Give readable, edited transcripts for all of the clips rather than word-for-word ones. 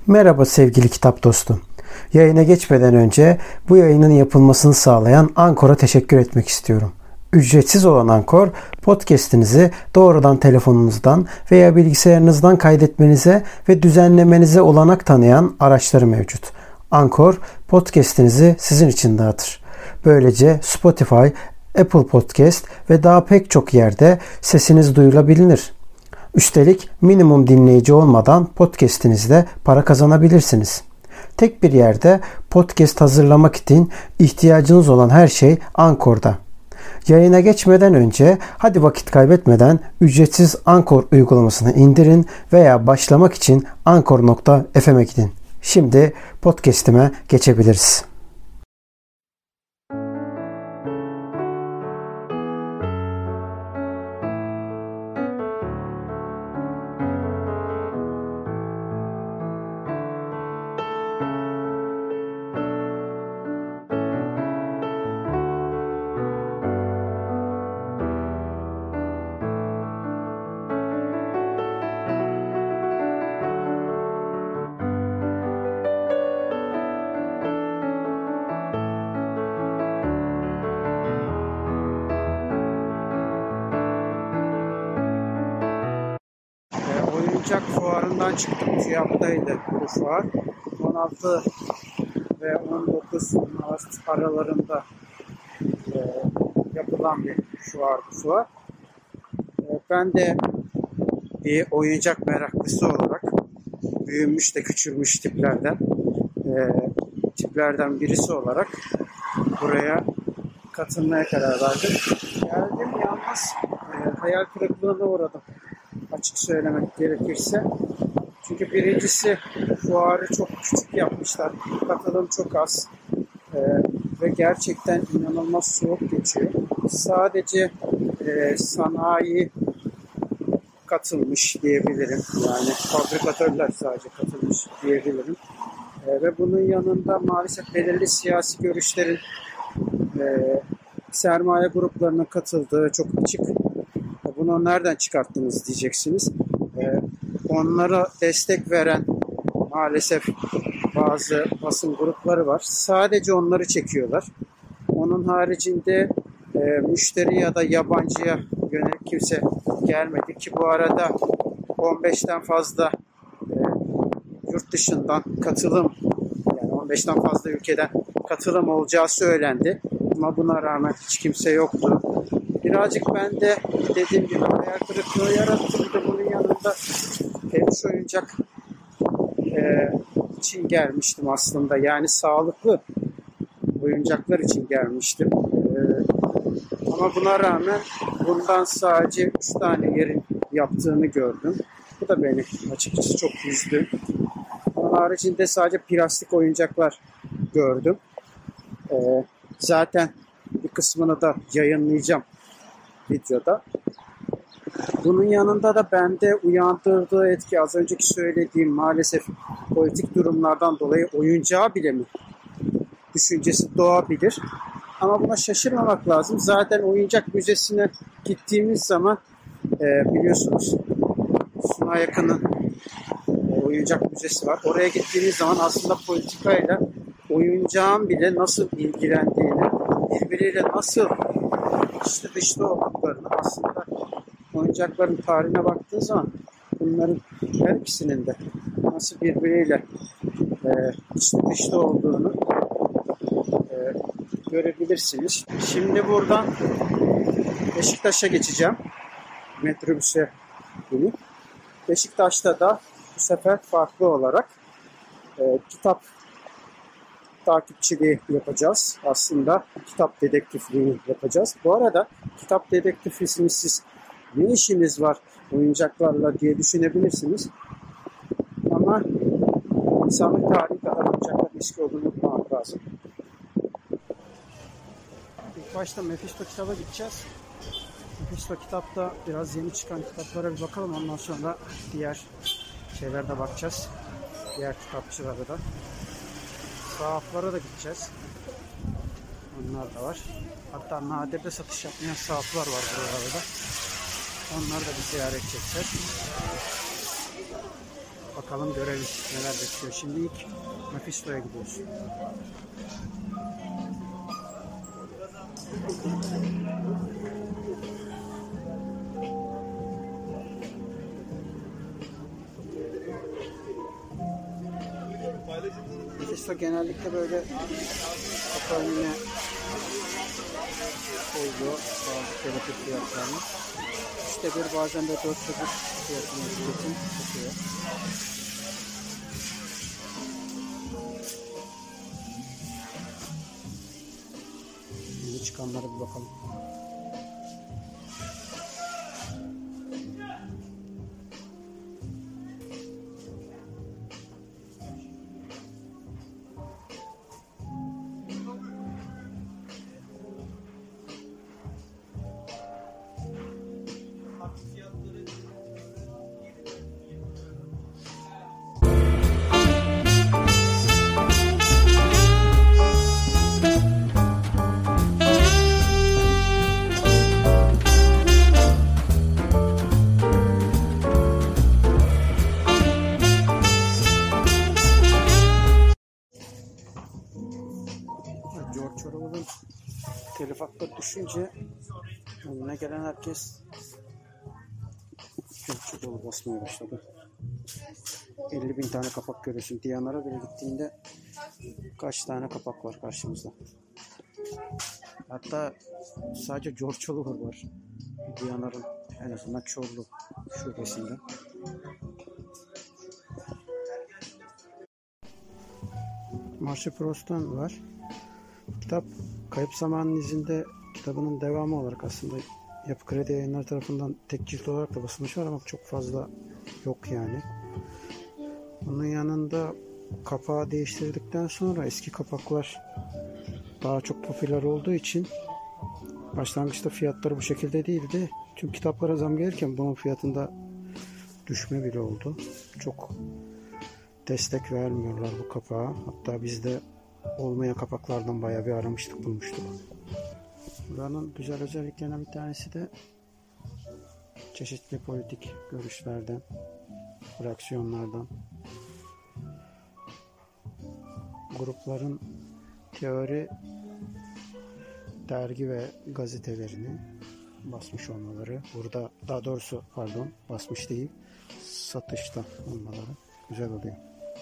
Merhaba sevgili kitap dostum. Yayına geçmeden önce bu yayının yapılmasını sağlayan Ankor'a teşekkür etmek istiyorum. Ücretsiz olan Ankor, podcast'inizi doğrudan telefonunuzdan veya bilgisayarınızdan kaydetmenize ve düzenlemenize olanak tanıyan araçları mevcut. Ankor, podcast'inizi sizin için dağıtır. Böylece Spotify, Apple Podcast ve daha pek çok yerde sesiniz duyulabilir. Üstelik minimum dinleyici olmadan podcast'inizde para kazanabilirsiniz. Tek bir yerde podcast hazırlamak için ihtiyacınız olan her şey Ankor'da. Yayına geçmeden önce hadi vakit kaybetmeden ücretsiz Ankor uygulamasını indirin veya başlamak için ankor.fm'e gidin. Şimdi podcast'ime geçebiliriz. Oyuncak fuarından çıktım. TÜYAP'taydı bu fuar. 16 ve 19 Ağustos aralarında yapılan bir fuar. Ben de bir oyuncak meraklısı olarak büyümüş de küçülmüş tiplerden birisi olarak buraya katılmaya karar verdim. Geldim yalnız hayal kırıklığına uğradım. Açık söylemek gerekirse. Çünkü birincisi fuarı çok küçük yapmışlar. Katılım çok az. Ve gerçekten inanılmaz soğuk geçiyor. Sadece sanayi katılmış diyebilirim. Yani fabrikatörler sadece katılmış diyebilirim. Ve bunun yanında maalesef belirli siyasi görüşlerin sermaye gruplarının katıldığı çok açık. Bunu nereden çıkarttınız diyeceksiniz. Onlara destek veren maalesef bazı basın grupları var. Sadece onları çekiyorlar. Onun haricinde müşteri ya da yabancıya yönelik kimse gelmedi ki bu arada 15'ten fazla yurt dışından katılım, yani 15'ten fazla ülkeden katılım olacağı söylendi. Ama buna rağmen hiç kimse yoktu. Birazcık ben de dediğim gibi hayal kırıklığı yarattı. Bir de bunun yanında peluş oyuncak için gelmiştim aslında. Yani sağlıklı oyuncaklar için gelmiştim. Ama buna rağmen bundan sadece 3 tane yerin yaptığını gördüm. Bu da beni açıkçası çok üzdü. Onun haricinde sadece plastik oyuncaklar gördüm. Zaten bir kısmını da yayınlayacağım videoda. Bunun yanında da bende uyandırdığı etki az önceki söylediğim maalesef politik durumlardan dolayı oyuncağı bile mi düşüncesi doğabilir. Ama buna şaşırmamak lazım. Zaten oyuncak müzesine gittiğimiz zaman biliyorsunuz Suna Yakın'ın oyuncak müzesi var. Oraya gittiğimiz zaman aslında politikayla oyuncağın bile nasıl ilgilendiğini, birbiriyle nasıl içli dışlı olduklarını, aslında oyuncakların tarihine baktığı zaman bunların her ikisinin de nasıl birbiriyle içli dışlı olduğunu görebilirsiniz. Şimdi buradan Beşiktaş'a geçeceğim. Metrobüse binip. Beşiktaş'ta da bu sefer farklı olarak kitap takipçiliği yapacağız. Aslında kitap dedektifliği yapacağız. Bu arada kitap dedektifisiniz siz, ne işiniz var oyuncaklarla diye düşünebilirsiniz. Ama insanlık tarihi kadar oyuncakların eski olduğunu unutmamak lazım. İlk başta Mephisto kitaba gideceğiz. Mephisto kitapta biraz yeni çıkan kitaplara bir bakalım. Ondan sonra diğer şeylere de bakacağız. Diğer kitapçılara da. Sahaflara da gideceğiz. Onlar da var. Hatta nadirde satış yapmayan sahaflar var buralarda. Onları da bir ziyaret edeceğiz. Bakalım görelim neler bekliyor. Şimdi ilk Mephisto'ya gidiyoruz. Mephisto genellikle böyle kapı önüne koyuyor bazı telefon fiyatlarını. İşte bir bazen de 4 çocuk fiyatını tüketim tutuyor. Şimdi çıkanlara bir bakalım. George Orwell'ın telif hakları düşünce önüne gelen herkes çok dolu basmaya başladı. 50.000 tane kapak görüyorsun. Diyanara bile gittiğinde kaç tane kapak var karşımızda. Hatta sadece George Orwell var. Diyanar'ın en azından Çorlu şubesinde. Marshall Prost'tan var. Kitap Kayıp Zamanın İzinde kitabının devamı olarak aslında Yapı Kredi Yayınları tarafından tek cilt olarak da basılmış var ama çok fazla yok yani. Bunun yanında kapağı değiştirdikten sonra eski kapaklar daha çok popüler olduğu için başlangıçta fiyatları bu şekilde değildi. Tüm kitaplara zam gelirken bunun fiyatında düşme bile oldu. Çok destek vermiyorlar bu kapağa. Hatta biz de olmayan kapaklardan bayağı bir aramıştık, bulmuştuk. Buranın güzel özelliklerinden bir tanesi de çeşitli politik görüşlerden, fraksiyonlardan, grupların teori, dergi ve gazetelerini basmış olmaları. Burada daha doğrusu basmış değil, satışta olmaları güzel oluyor.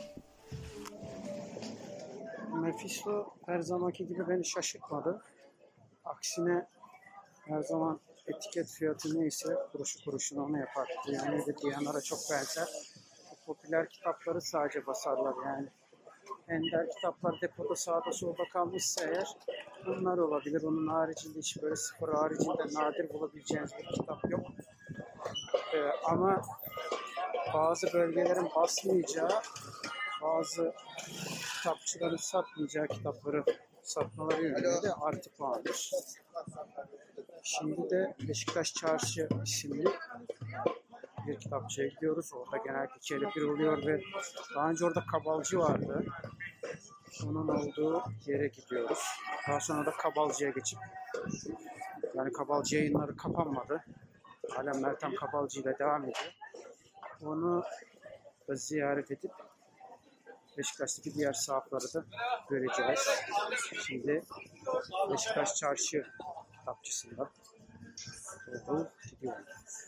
Mephisto her zamanki gibi beni şaşırtmadı. Aksine her zaman etiket fiyatı neyse kuruşu kuruşuna onu yapar. Yani de Diyanar'a çok benzer. Popüler kitapları sadece basarlar yani. Ender kitaplar depoda sağda solda kalmışsa eğer bunlar olabilir. Onun haricinde hiç böyle sıfır haricinde nadir bulabileceğiniz bir kitap yok. Ama bazı bölgelerin basmayacağı, bazı kitapçıların satmayacağı kitapları satmaları yönünde de artı puandır. Şimdi de Beşiktaş Çarşı isimli bir kitapçıya gidiyoruz. Orada genellikle kelepir oluyor ve daha önce orada Kabalcı vardı. Onun olduğu yere gidiyoruz. Daha sonra da Kabalcı'ya geçip, yani Kabalcı Yayınları kapanmadı. Hala Meltem Kabalcı ile devam ediyor. Onu da ziyaret edip Beşiktaş'taki diğer sahafları da göreceğiz. Şimdi Beşiktaş Çarşı kitapçısında doğru gidiyorum.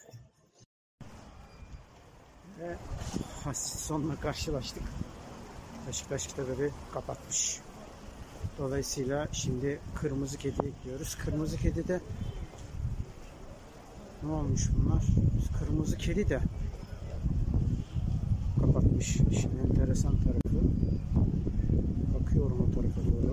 Ve hasret sonuna karşılaştık. Beşiktaş Kitabevi kapatmış. Dolayısıyla şimdi Kırmızı Kedi'ye gidiyoruz. Kırmızı Kedi'de ne olmuş bunlar? Kırmızı Kedi de kapatmış. İşin enteresan tarafı. Bakıyorum o tarafa doğru.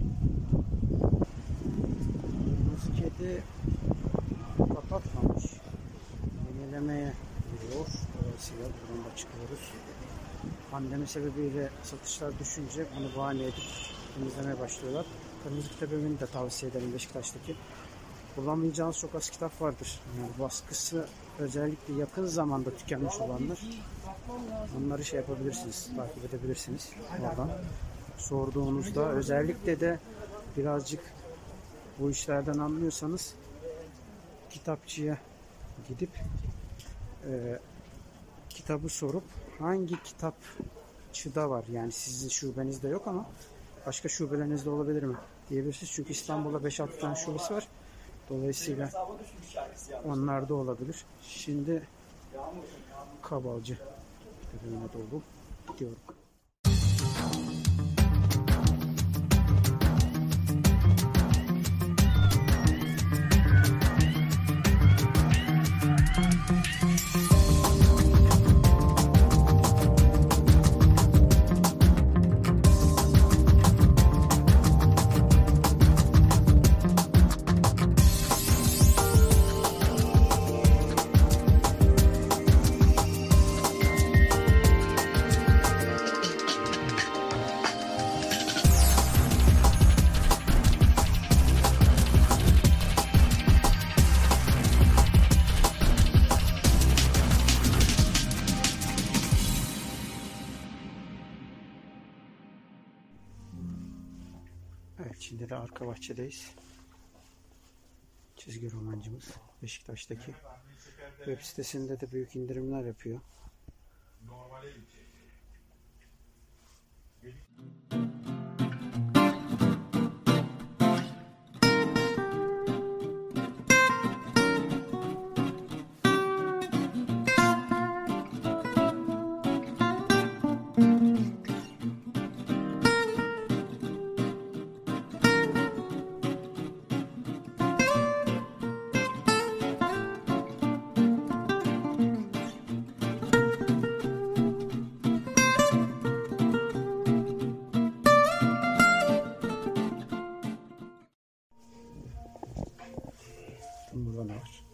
Kırmızı Kedi kapatmamış. Yenilemeye gidiyor. Dolayısıyla buradan da çıkıyoruz. Pandemi sebebiyle satışlar düşünce bunu bahane edip temizlemeye başlıyorlar. Kırmızı Kitabevi'ni de tavsiye ederim Beşiktaş'taki. Bulamayacağınız çok az kitap vardır. Yani baskısı özellikle yakın zamanda tükenmiş olanlar. Onları yapabilirsiniz, takip edebilirsiniz oradan. Sorduğunuzda özellikle de birazcık bu işlerden anlıyorsanız kitapçıya gidip kitabı sorup hangi kitapçıda var? Yani sizin şubenizde yok ama başka şubelerinizde olabilir mi diyebilirsiniz. Çünkü İstanbul'da 5-6 tane şubesi var. Dolayısıyla onlarda olabilir. Şimdi Kabalcı bölümüne doğru gidiyorum. Evet, şimdi de arka bahçedeyiz. Çizgi romancımız Beşiktaş'taki web sitesinde de büyük indirimler yapıyor. Burada ne var?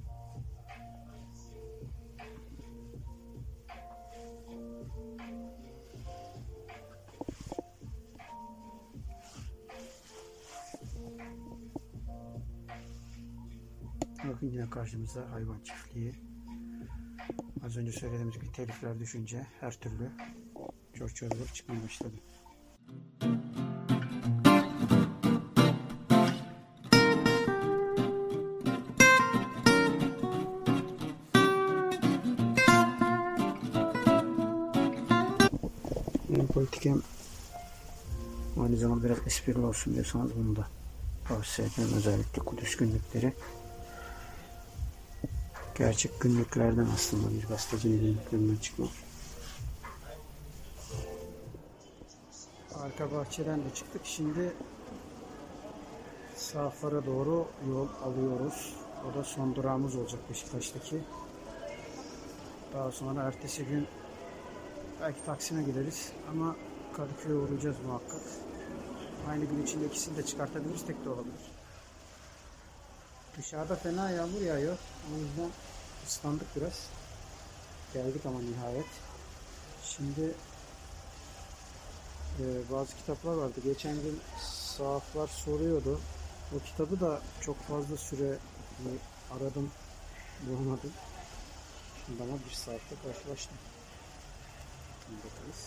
Bakın yine karşımızda hayvan çiftliği. Az önce söylediğimiz gibi telifler düşünce her türlü çor çıkmaya başladı. Benim politikem aynı zamanda biraz esprili olsun diyorsanız bunu da tavsiye ederim. Özellikle Kudüs günlükleri. Gerçek günlüklerden aslında bir gazetecinin günlüklerinden çıkma. Arka bahçeden de çıktık. Şimdi Safar'a doğru yol alıyoruz. O da son durağımız olacak Beşiktaş'taki. Daha sonra ertesi gün belki Taksim'e gideriz ama Kadıköy'e uğrayacağız muhakkak. Aynı gün içinde ikisini de çıkartabiliriz, tek de olabilir. Dışarıda fena yağmur yağıyor. O yüzden ıslandık biraz. Geldik ama nihayet. Şimdi bazı kitaplar vardı. Geçen gün sahaflar soruyordu. O kitabı da çok fazla süre aradım, bulamadım. Şimdi ama bir saatte karşılaştım. Şimdi bakarız.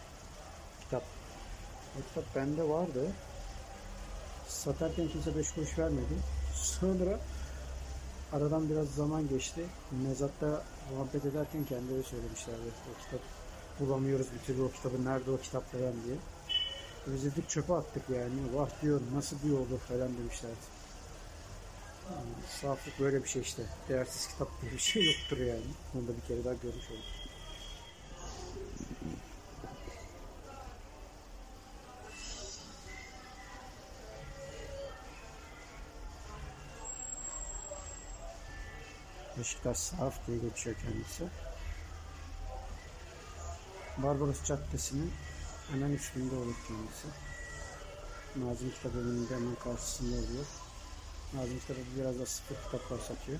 O kitap bende vardı. Satarken kimse 5 kuruş vermedi. Sonra aradan biraz zaman geçti. Mezatta muhabbet ederken kendileri söylemişlerdi. O kitap bulamıyoruz bir türlü, o kitabı nerede o kitap falan diye. Biz dedik çöpe attık yani. Vah diyorum, nasıl bir olur falan demişlerdi. Yani, saflık böyle bir şey işte. Değersiz kitap diye bir şey yoktur yani. Onu da bir kere daha görmüş olduk. Beşiktaş Sahaf diye geçiyor kendisi. Barbaros Caddesi'nin hemen üstünde olur kendisi. Nazım Kitap Evi'nin hemen karşısında oluyor. Nazım Kitap Evi biraz da sıfır kitaplar satıyor.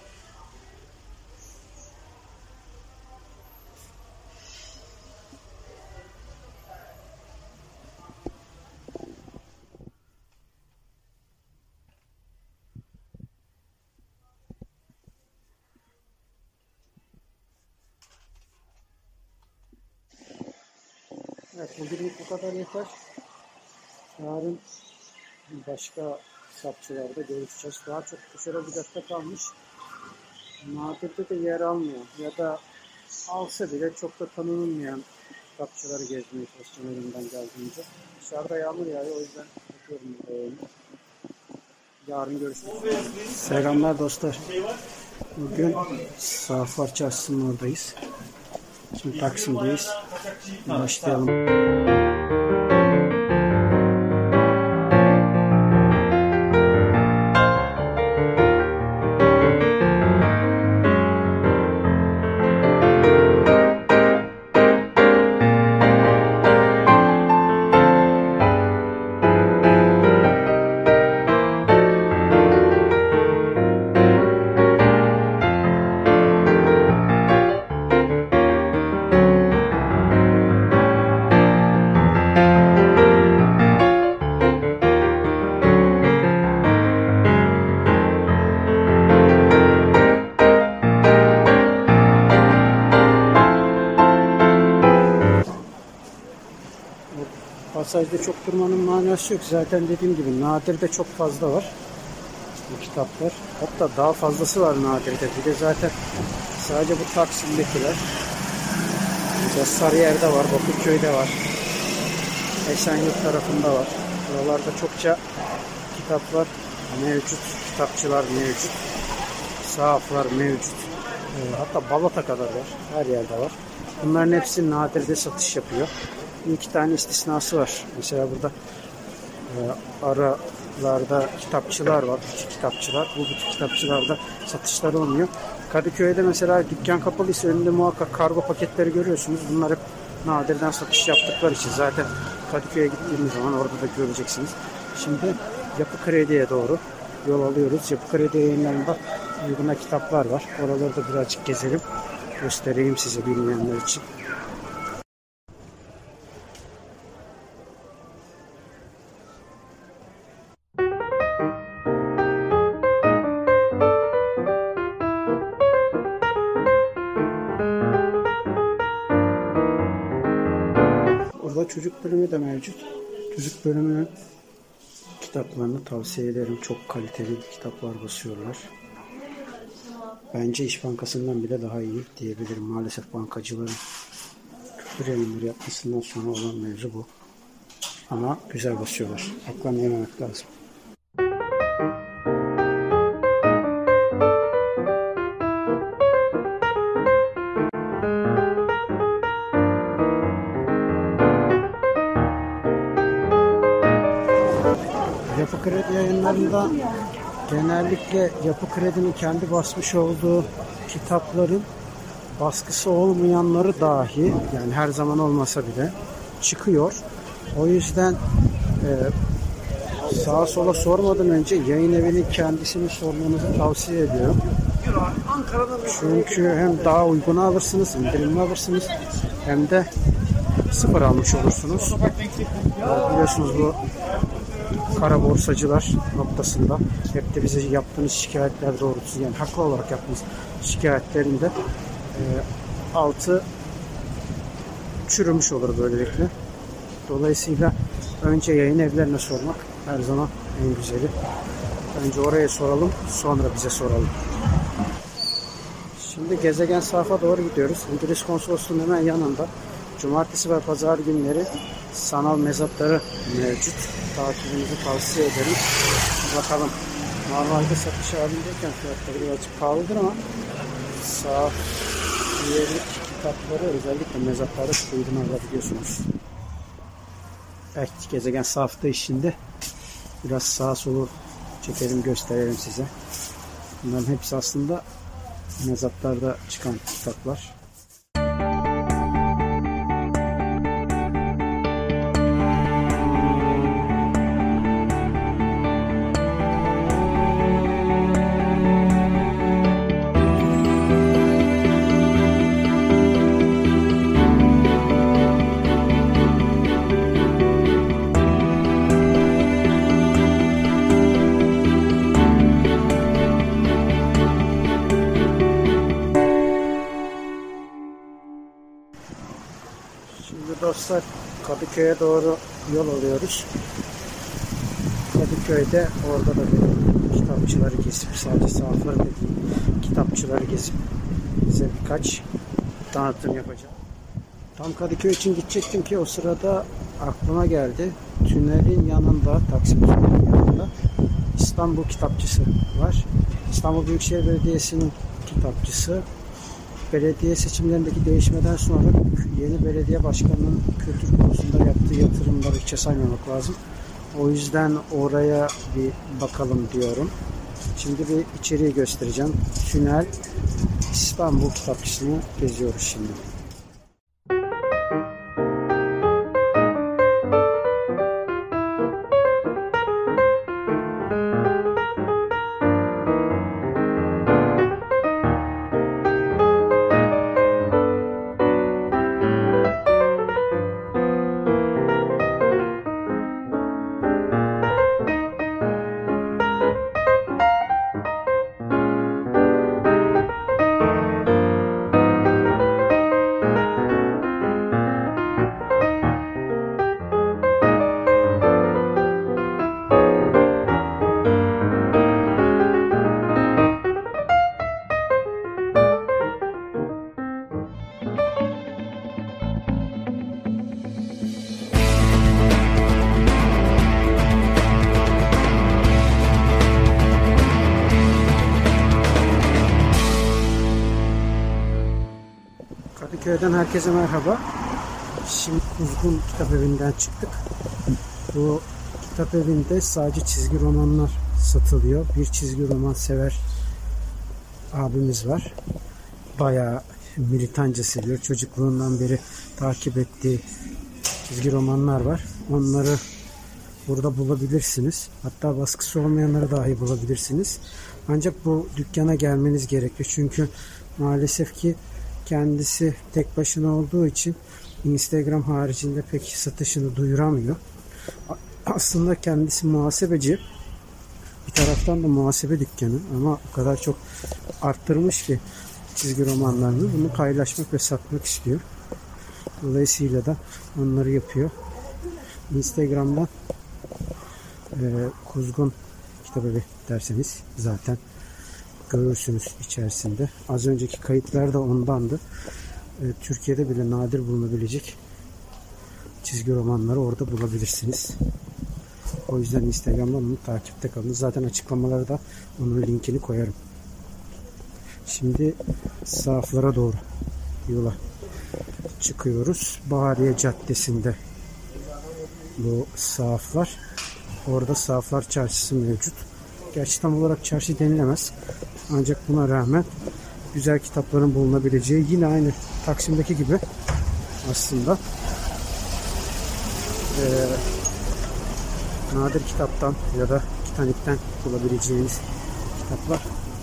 Evet, bugünlük bu kadar yeter. Yarın başka kitapçılarda görüşeceğiz. Daha çok Kuşadası'da kalmış. Nadir'de de yer almıyor. Ya da alsa bile çok da tanınmayan kitapçıları gezmeye çalışacağım elimden geldiğince. Dışarıda yağmur yağıyor, o yüzden yapıyorum bu yayını. Yarın görüşürüz. Selamlar dostlar. Bugün Saflar Çarşısı'nın oradayız. Şimdi Taksim'deyiz. Başlayalım. Pasajda çok durmanın manası yok. Zaten dediğim gibi Nadir'de çok fazla var bu kitaplar. Hatta daha fazlası var Nadir'de. Bir de zaten sadece bu Taksim'dekiler. Mesela Sarıyer'de var, Bakırköy'de var. Esenyurt tarafında var. Buralarda çokça kitaplar mevcut. Kitapçılar mevcut. Sahaflar mevcut. Hatta Balat'a kadar var. Her yerde var. Bunların hepsi Nadir'de satış yapıyor. İki tane istisnası var. Mesela burada aralarda kitapçılar var. Küçük kitapçılar. Bu küçük kitapçılarda satışlar olmuyor. Kadıköy'de mesela dükkan kapalıysa önünde muhakkak kargo paketleri görüyorsunuz. Bunlar hep Nadir'den satış yaptıkları için. Zaten Kadıköy'e gittiğimiz zaman orada da göreceksiniz. Şimdi Yapı Kredi'ye doğru yol alıyoruz. Yapı Kredi yayınlarında uyguna kitaplar var. Oraları da birazcık gezelim. Göstereyim size bilmeyenler için. Burada çocuk bölümü de mevcut. Çocuk bölümünün kitaplarını tavsiye ederim. Çok kaliteli kitaplar basıyorlar. Bence İş Bankası'ndan bile daha iyi diyebilirim. Maalesef bankacıların kültür yayınları yapmasından sonra olan mevzu bu. Ama güzel basıyorlar. Haklarını yememek lazım. Yapı Kredi yayınlarında genellikle Yapı Kredi'nin kendi basmış olduğu kitapların baskısı olmayanları dahi, yani her zaman olmasa bile çıkıyor. O yüzden sağa sola sormadan önce yayın evinin kendisini sormanızı tavsiye ediyorum. Çünkü hem daha uyguna alırsınız, indirimli alırsınız, hem de sıfır almış olursunuz. Biliyorsunuz bu kara borsacılar noktasında hep de bize yaptığınız şikayetler doğrultusunda, yani haklı olarak yaptığınız şikayetlerinde altı çürümüş olur böylelikle. Dolayısıyla önce yayın evlerine sormak her zaman en güzeli. Önce oraya soralım, sonra bize soralım. Şimdi Gezegen Sahaf'a doğru gidiyoruz. İngiliz Konsolosluğu'nun hemen yanında cumartesi ve pazar günleri sanal mezatları mevcut. Takibinizi tavsiye ederim. Bakalım. Normalde satış halindeyken fiyatları birazcık pahalıdır ama sahaf üyelik kitapları, özellikle mezatları uygun alabiliyorsunuz. Belki Gezegen Sahaf'ta işinde biraz sağa solu çekelim, gösterelim size. Bunların hepsi aslında mezatlarda çıkan kitaplar. Şimdi dostlar Kadıköy'e doğru yol alıyoruz. Kadıköy'de orada da bir kitapçıları gezip, sadece sahafları değil, kitapçıları gezip size birkaç tanıtım yapacağım. Tam Kadıköy için gidecektim ki o sırada aklıma geldi. Tünelin yanında, Taksim Tüneli'nin yanında İstanbul Kitapçısı var. İstanbul Büyükşehir Belediyesi'nin kitapçısı. Belediye seçimlerindeki değişmeden sonra yeni belediye başkanının kültür konusunda yaptığı yatırımları hiçe saymamak lazım. O yüzden oraya bir bakalım diyorum. Şimdi bir içeriği göstereceğim. Tünel İstanbul Kitapçısı'nı geziyoruz şimdi. Kadıköy'den herkese merhaba. Şimdi Kuzgun Kitap Evi'nden çıktık. Bu kitap evinde sadece çizgi romanlar satılıyor. Bir çizgi roman sever abimiz var. Bayağı militanca seviyor. Çocukluğundan beri takip ettiği çizgi romanlar var. Onları burada bulabilirsiniz. Hatta baskısı olmayanları dahi bulabilirsiniz. Ancak bu dükkana gelmeniz gerekiyor. Çünkü maalesef ki kendisi tek başına olduğu için Instagram haricinde pek satışını duyuramıyor. Aslında kendisi muhasebeci. Bir taraftan da muhasebe dükkanı ama o kadar çok arttırmış ki çizgi romanlarını. Bunu paylaşmak ve satmak istiyor. Dolayısıyla da onları yapıyor. Instagram'dan Kuzgun Kitap Evi derseniz zaten görürsünüz içerisinde. Az önceki kayıtlar da ondandı. Türkiye'de bile nadir bulunabilecek çizgi romanları orada bulabilirsiniz. O yüzden Instagram'dan onu takipte kalın. Zaten açıklamalara da onun linkini koyarım. Şimdi sahaflara doğru yola çıkıyoruz. Bahariye Caddesi'nde bu sahaflar. Orada Sahaflar Çarşısı mevcut. Gerçi tam olarak çarşı denilemez. Ancak buna rağmen güzel kitapların bulunabileceği, yine aynı Taksim'deki gibi aslında nadir kitaptan ya da Titanik'ten bulabileceğiniz kitaplar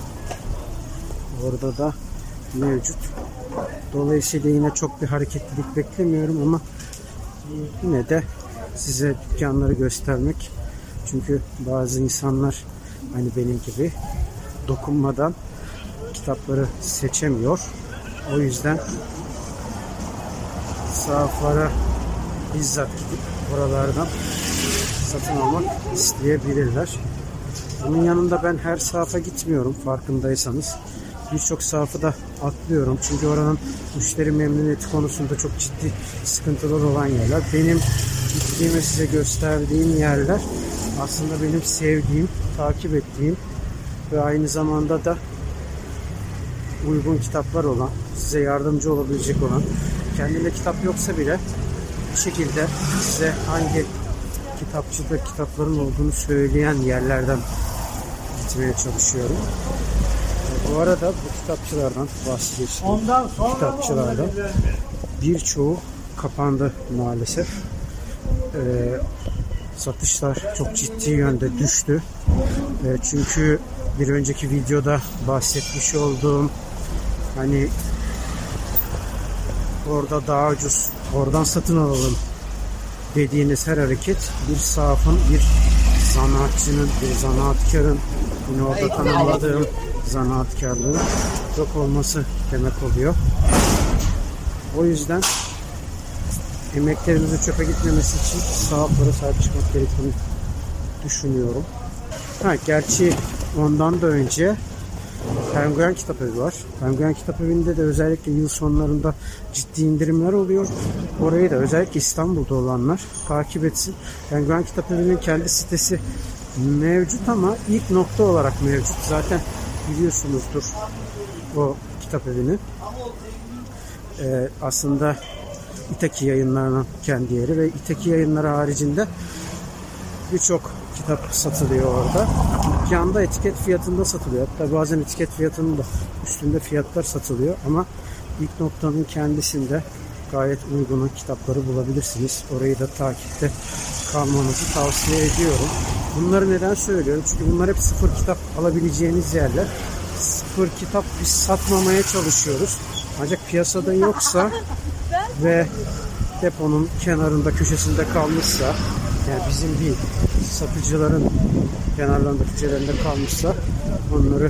orada da mevcut. Dolayısıyla yine çok bir hareketlilik beklemiyorum ama yine de size dükkanları göstermek. Çünkü bazı insanlar hani benim gibi dokunmadan kitapları seçemiyor. O yüzden sahaflara bizzat gidip oralardan satın almak isteyebilirler. Bunun yanında ben her sahafa gitmiyorum farkındaysanız. Birçok sahafı da atlıyorum. Çünkü oranın müşteri memnuniyeti konusunda çok ciddi sıkıntılar olan yerler. Benim gittiğim ve size gösterdiğim yerler aslında benim sevdiğim, takip ettiğim ve aynı zamanda da uygun kitaplar olan, size yardımcı olabilecek olan, kendinde kitap yoksa bile bir şekilde size hangi kitapçıda kitapların olduğunu söyleyen yerlerden gitmeye çalışıyorum. Bu arada bu kitapçılardan bahsedeceğim. Kitapçılardan birçoğu kapandı maalesef. Satışlar çok ciddi yönde düştü. Çünkü bir önceki videoda bahsetmiş olduğum hani orada daha ucuz, oradan satın alalım dediğiniz her hareket bir sahafın, bir sanatçının, bir zanaatkarın, yine orada tanımladığım zanaatkarlığın yok olması demek oluyor. O yüzden emeklerinizin çöpe gitmemesi için sahaflara sahip çıkmak gerektiğini düşünüyorum. Gerçi ondan da önce Penguen Kitapevi var. Penguen Kitapevi'nde de özellikle yıl sonlarında ciddi indirimler oluyor. Orayı da özellikle İstanbul'da olanlar takip etsin. Penguen Kitapevi'nin kendi sitesi mevcut ama ilk nokta olarak mevcut. Zaten biliyorsunuzdur o Kitapevi'ni. Aslında İtaki Yayınları'nın kendi yeri ve İtaki Yayınları haricinde birçok kitap satılıyor orada. Dükkanda etiket fiyatında satılıyor. Hatta bazen etiket fiyatının da üstünde fiyatlar satılıyor ama ilk noktanın kendisinde gayet uygun kitapları bulabilirsiniz. Orayı da takipte kalmanızı tavsiye ediyorum. Bunları neden söylüyorum? Çünkü bunlar hep sıfır kitap alabileceğiniz yerler. Sıfır kitap biz satmamaya çalışıyoruz. Ancak piyasada yoksa ve deponun kenarında, köşesinde kalmışsa, yani bizim bir satıcıların kenarlarında, köşelerinde kalmışsa onları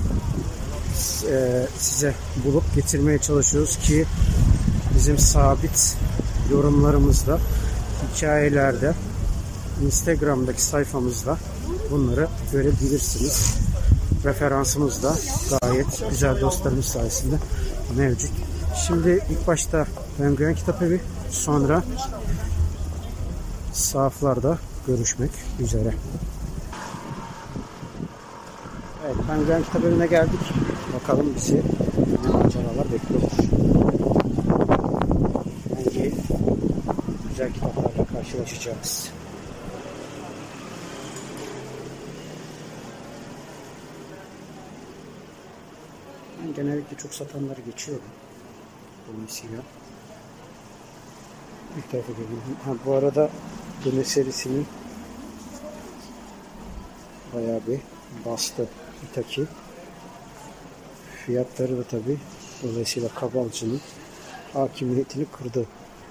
size bulup getirmeye çalışıyoruz ki bizim sabit yorumlarımızda, hikayelerde, Instagram'daki sayfamızda bunları görebilirsiniz. Referansımız da gayet güzel dostlarımız sayesinde mevcut. Şimdi ilk başta Penguen Kitapevi, sonra sahaflarda görüşmek üzere. Evet, Penguen Kitapevi'ne geldik. Bakalım bizi ne maceralar bekliyor. Hangi güzel kitaplarla karşılaşacağız. Ben genellikle çok satanları geçiyorum. Dolayısıyla ilk tarafa geliyorum. Bu arada Döne serisinin bayağı bir bastı İtaki. Fiyatları da tabi dolayısıyla Kabalcı'nın hakimiyetini kırdı.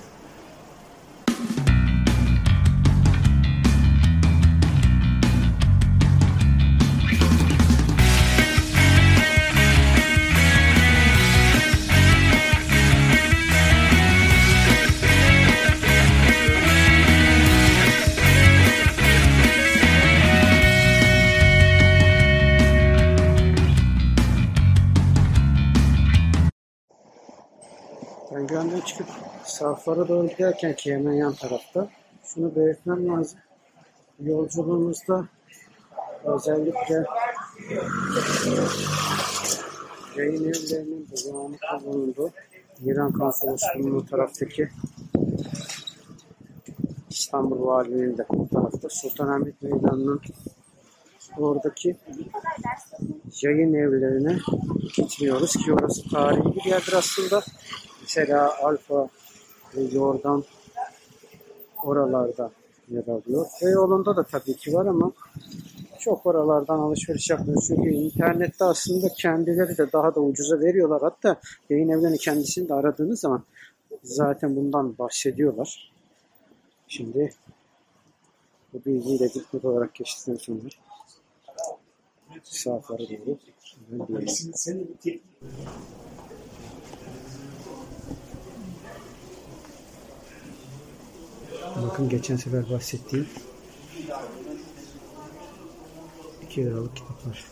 Penguen'den çıkıp sahaflara doğru giderken ki hemen yan tarafta şunu belirtmem lazım. Yolculuğumuzda özellikle yayın evlerinin bulunmakta bulunduğu İran Konsolosluğu'nun taraftaki İstanbul Valiliği'nin de bu tarafta Sultanahmet Meydanı'nın oradaki yayın evlerine gitmiyoruz ki orası tarihi bir yerdir aslında. Mesela Alfa ve Yordan oralarda yer alıyor. Beyoğlu'nda da tabii ki var ama çok oralardan alışveriş yapmıyoruz. Çünkü internette aslında kendileri de daha da ucuza veriyorlar. Hatta yayın evlerinin kendisini de aradığınız zaman zaten bundan bahsediyorlar. Şimdi bu bilgiyi de dikkat olarak geçtikten sonra sahaflara doğru bakın geçen sefer bahsettiğim 2 liralık kitaplar.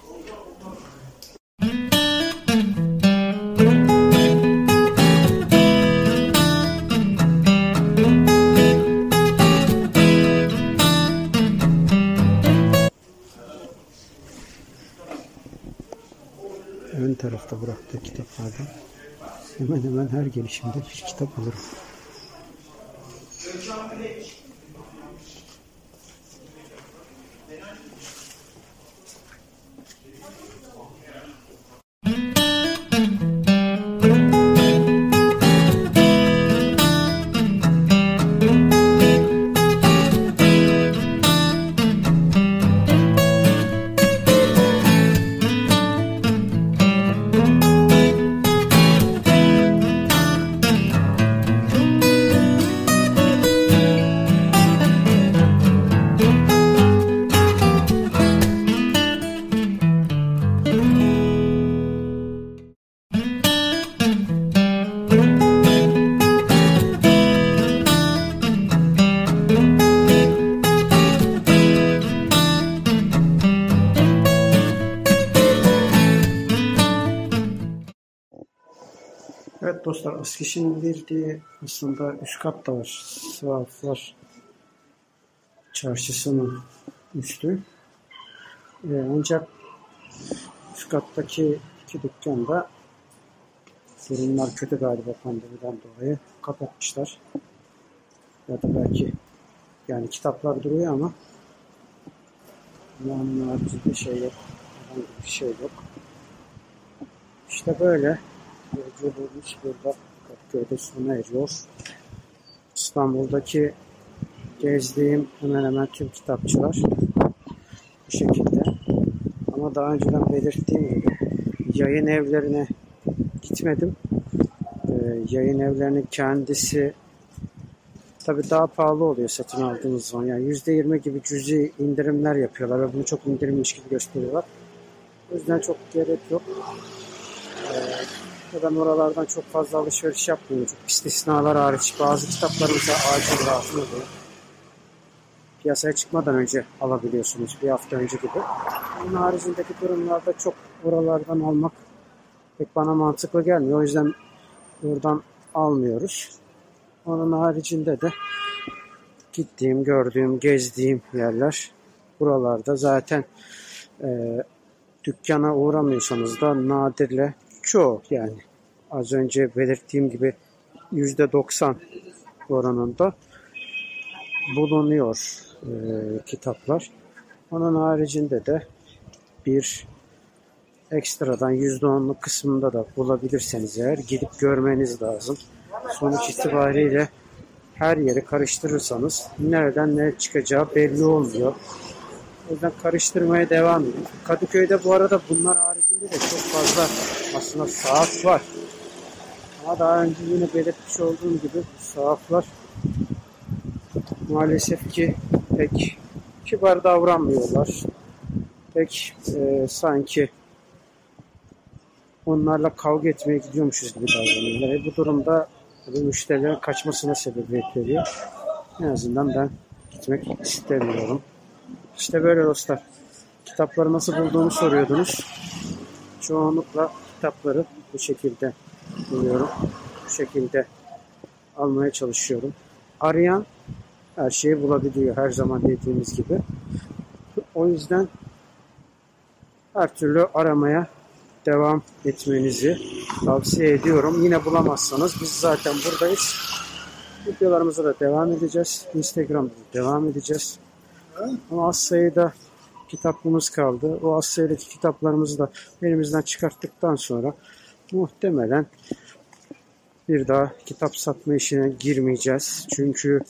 Ön tarafta bıraktığı kitaplardan hemen hemen her gelişimde bir kitap alırım. Dostlar, Askişehir'in verdiği aslında üst kat da var. Sahaflar Çarşısı'nın üstü. Ancak üst kattaki iki dükkanda durumlar kötü galiba, pandemiden dolayı kapatmışlar. Ya da belki yani kitaplar duruyor ama onun haricinde şey yok. Herhangi bir şey yok. İşte böyle yolculuğumuz burada Kadıköy'de sona eriyor. İstanbul'daki gezdiğim hemen hemen tüm kitapçılar bu şekilde. Ama daha önceden belirttiğim gibi yayın evlerine gitmedim. Yayın evlerinin kendisi tabii daha pahalı oluyor satın aldığınız zaman. Yani %20 gibi cüzi indirimler yapıyorlar ve bunu çok indirimmiş gibi gösteriyorlar. O yüzden çok gerek yok. Ben oralardan çok fazla alışveriş yapmıyorum. Çok istisnalar hariç bazı kitaplarımıza acil lazım oluyor. Piyasaya çıkmadan önce alabiliyorsunuz. Bir hafta önce gibi. Onun haricindeki durumlarda çok oralardan almak pek bana mantıklı gelmiyor. O yüzden buradan almıyoruz. Onun haricinde de gittiğim, gördüğüm, gezdiğim yerler buralarda. Zaten dükkana uğramıyorsanız da nadirle çoğu, yani az önce belirttiğim gibi %90 oranında bulunuyor kitaplar. Onun haricinde de bir ekstradan %10'luk kısmında da bulabilirseniz eğer gidip görmeniz lazım. Sonuç itibariyle her yeri karıştırırsanız nereden ne çıkacağı belli olmuyor. O yüzden karıştırmaya devam edin. Kadıköy'de bu arada bunlar haricinde de çok fazla aslında sahaf var. Ama daha önce yine belirtmiş olduğum gibi sahaflar maalesef ki pek kibar davranmıyorlar. Pek sanki onlarla kavga etmeye gidiyormuşuz gibi davranıyorlar. Bu durumda müşterilerin kaçmasına sebebiyet veriyor. En azından ben gitmek istemiyorum. İşte böyle dostlar. Kitapları nasıl bulduğumu soruyordunuz. Çoğunlukla kitapları bu şekilde buluyorum. Bu şekilde almaya çalışıyorum. Arayan her şeyi bulabiliyor, her zaman dediğimiz gibi. O yüzden her türlü aramaya devam etmenizi tavsiye ediyorum. Yine bulamazsanız biz zaten buradayız. Videolarımıza da devam edeceğiz. Instagram'da devam edeceğiz. Ama az sayıda kitabımız kaldı. O az sayıdaki kitaplarımızı da elimizden çıkarttıktan sonra muhtemelen bir daha kitap satma işine girmeyeceğiz. Çünkü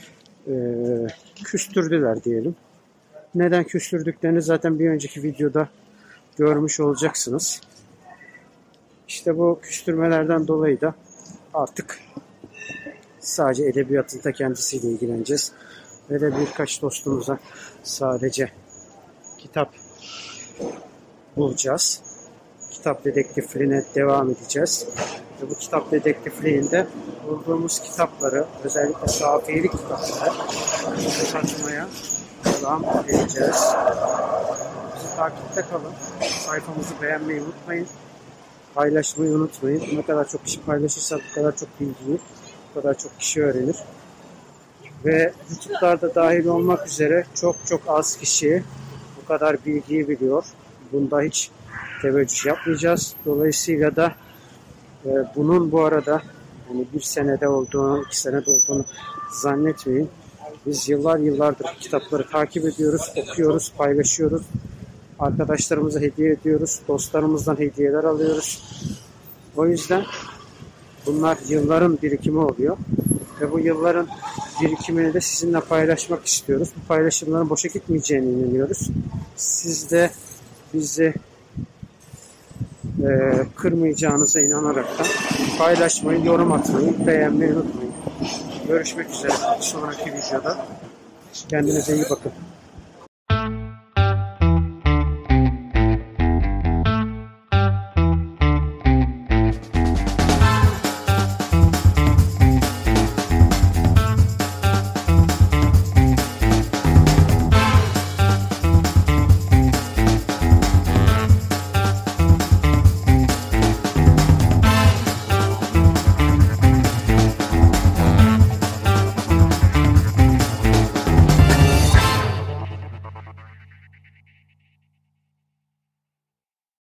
küstürdüler diyelim. Neden küstürdüklerini zaten bir önceki videoda görmüş olacaksınız. İşte bu küstürmelerden dolayı da artık sadece edebiyatın da kendisiyle ilgileneceğiz. Ve de birkaç dostumuza sadece kitap bulacağız. Kitap dedektifliğine devam edeceğiz. Ve bu kitap dedektifliğinde bulduğumuz kitapları, özellikle safiyelik kitapları satmaya devam edeceğiz. Bizi takipte kalın. Sayfamızı beğenmeyi unutmayın. Paylaşmayı unutmayın. Ne kadar çok kişi paylaşırsa bu kadar çok bilgiyi, bu kadar çok kişi öğrenir. Ve YouTube'larda dahil olmak üzere çok çok az kişi bu kadar bilgiyi biliyor. Bunda hiç teveccüh yapmayacağız. Dolayısıyla da bunun bu arada yani 1 senede olduğunu, 2 senede olduğunu zannetmeyin. Biz yıllardır kitapları takip ediyoruz, okuyoruz, paylaşıyoruz. Arkadaşlarımıza hediye ediyoruz. Dostlarımızdan hediyeler alıyoruz. O yüzden bunlar yılların birikimi oluyor. Ve bu yılların birikimini de sizinle paylaşmak istiyoruz. Bu paylaşımların boşa gitmeyeceğine inanıyoruz. Siz de bizi kırmayacağınıza inanarak da paylaşmayı, yorum atmayı, beğenmeyi unutmayın. Görüşmek üzere bir sonraki videoda. Kendinize iyi bakın.